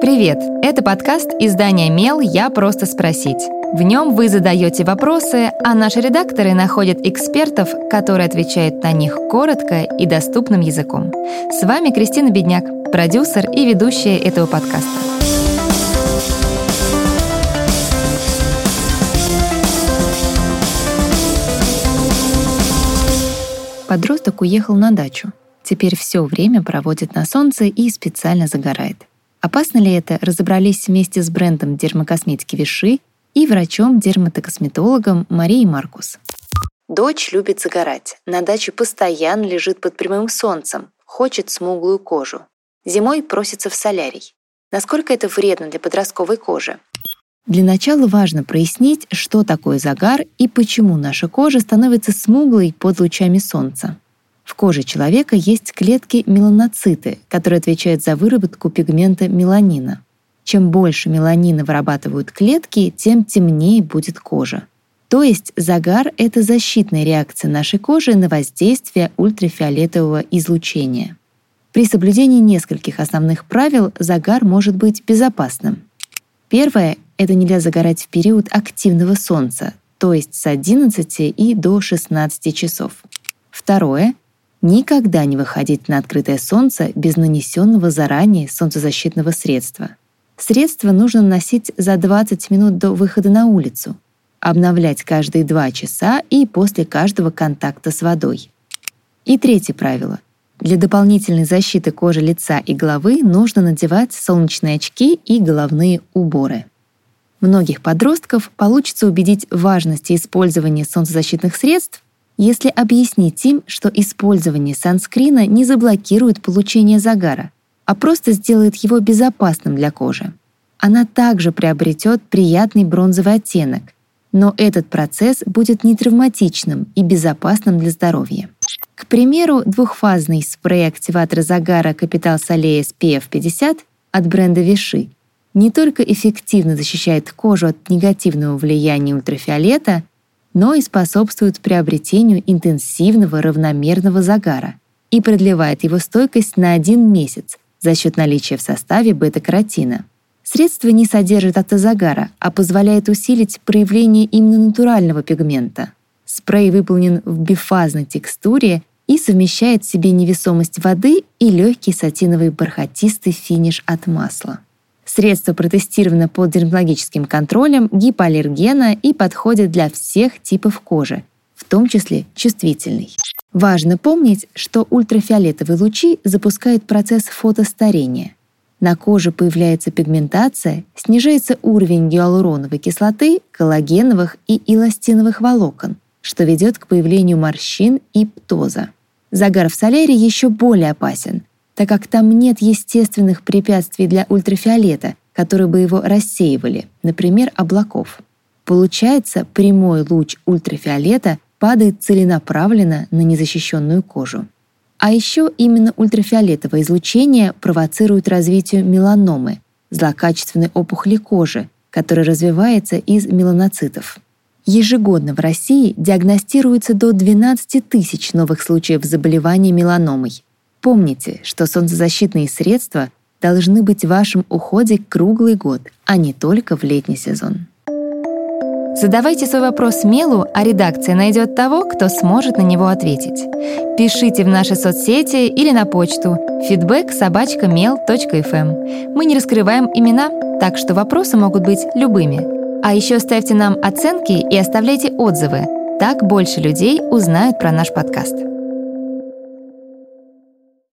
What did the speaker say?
Привет! Это подкаст издания «Мел. Я просто спросить». В нем вы задаете вопросы, а наши редакторы находят экспертов, которые отвечают на них коротко и доступным языком. С вами Кристина Бедняк, продюсер и ведущая этого подкаста. Подросток уехал на дачу. Теперь все время проводит на солнце и специально загорает. Опасно ли это, разобрались вместе с брендом дермокосметики Vichy и врачом-дерматокосметологом Марией Маркус. Дочь любит загорать. На даче постоянно лежит под прямым солнцем, хочет смуглую кожу. Зимой просится в солярий. Насколько это вредно для подростковой кожи? Для начала важно прояснить, что такое загар и почему наша кожа становится смуглой под лучами солнца. В коже человека есть клетки меланоциты, которые отвечают за выработку пигмента меланина. Чем больше меланина вырабатывают клетки, тем темнее будет кожа. То есть загар — это защитная реакция нашей кожи на воздействие ультрафиолетового излучения. При соблюдении нескольких основных правил загар может быть безопасным. Первое — это нельзя загорать в период активного солнца, то есть с 11 и до 16 часов. Второе — никогда не выходить на открытое солнце без нанесенного заранее солнцезащитного средства. Средство нужно наносить за 20 минут до выхода на улицу, обновлять каждые 2 часа и после каждого контакта с водой. И третье правило. Для дополнительной защиты кожи лица и головы нужно надевать солнечные очки и головные уборы. Многих подростков получится убедить в важности использования солнцезащитных средств, если объяснить им, что использование санскрина не заблокирует получение загара, а просто сделает его безопасным для кожи. Она также приобретет приятный бронзовый оттенок, но этот процесс будет нетравматичным и безопасным для здоровья. К примеру, двухфазный спрей-активатор загара Capital Soleil SPF 50 от бренда Vichy не только эффективно защищает кожу от негативного влияния ультрафиолета, но и способствует приобретению интенсивного равномерного загара и продлевает его стойкость на 1 месяц за счет наличия в составе бета-каротина. Средство не содержит автозагара, а позволяет усилить проявление именно натурального пигмента. Спрей выполнен в бифазной текстуре и совмещает в себе невесомость воды и легкий сатиновый бархатистый финиш от масла. Средство протестировано под дерматологическим контролем, гипоаллергена и подходит для всех типов кожи, в том числе чувствительной. Важно помнить, что ультрафиолетовые лучи запускают процесс фотостарения. На коже появляется пигментация, снижается уровень гиалуроновой кислоты, коллагеновых и эластиновых волокон, что ведет к появлению морщин и птоза. Загар в солярии еще более опасен, так как там нет естественных препятствий для ультрафиолета, которые бы его рассеивали, например, облаков. Получается, прямой луч ультрафиолета падает целенаправленно на незащищенную кожу. А еще именно ультрафиолетовое излучение провоцирует развитие меланомы, злокачественной опухоли кожи, которая развивается из меланоцитов. Ежегодно в России диагностируется до 12 тысяч новых случаев заболевания меланомой. Помните, что солнцезащитные средства должны быть в вашем уходе круглый год, а не только в летний сезон. Задавайте свой вопрос Мелу, а редакция найдет того, кто сможет на него ответить. Пишите в наши соцсети или на почту feedback@mel.fm. Мы не раскрываем имена, так что вопросы могут быть любыми. А еще ставьте нам оценки и оставляйте отзывы. Так больше людей узнают про наш подкаст.